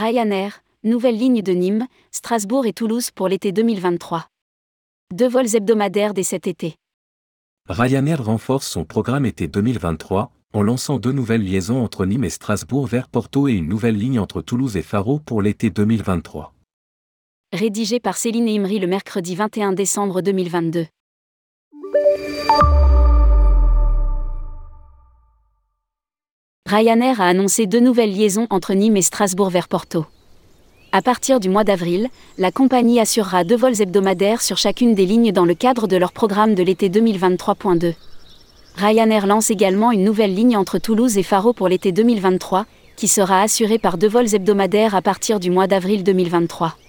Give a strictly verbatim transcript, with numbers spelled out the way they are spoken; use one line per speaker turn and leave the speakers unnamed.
Ryanair, nouvelle ligne de Nîmes, Strasbourg et Toulouse pour l'été deux mille vingt-trois. Deux vols hebdomadaires dès cet été.
Ryanair renforce son programme été deux mille vingt-trois, en lançant deux nouvelles liaisons entre Nîmes et Strasbourg vers Porto et une nouvelle ligne entre Toulouse et Faro pour l'été deux mille vingt-trois.
Rédigé par Céline Imri le mercredi vingt et un décembre deux mille vingt-deux. Ryanair a annoncé deux nouvelles liaisons entre Nîmes et Strasbourg vers Porto. À partir du mois d'avril, la compagnie assurera deux vols hebdomadaires sur chacune des lignes dans le cadre de leur programme de l'été deux mille vingt-trois point deux. Ryanair lance également une nouvelle ligne entre Toulouse et Faro pour l'été deux mille vingt-trois, qui sera assurée par deux vols hebdomadaires à partir du mois d'avril deux mille vingt-trois.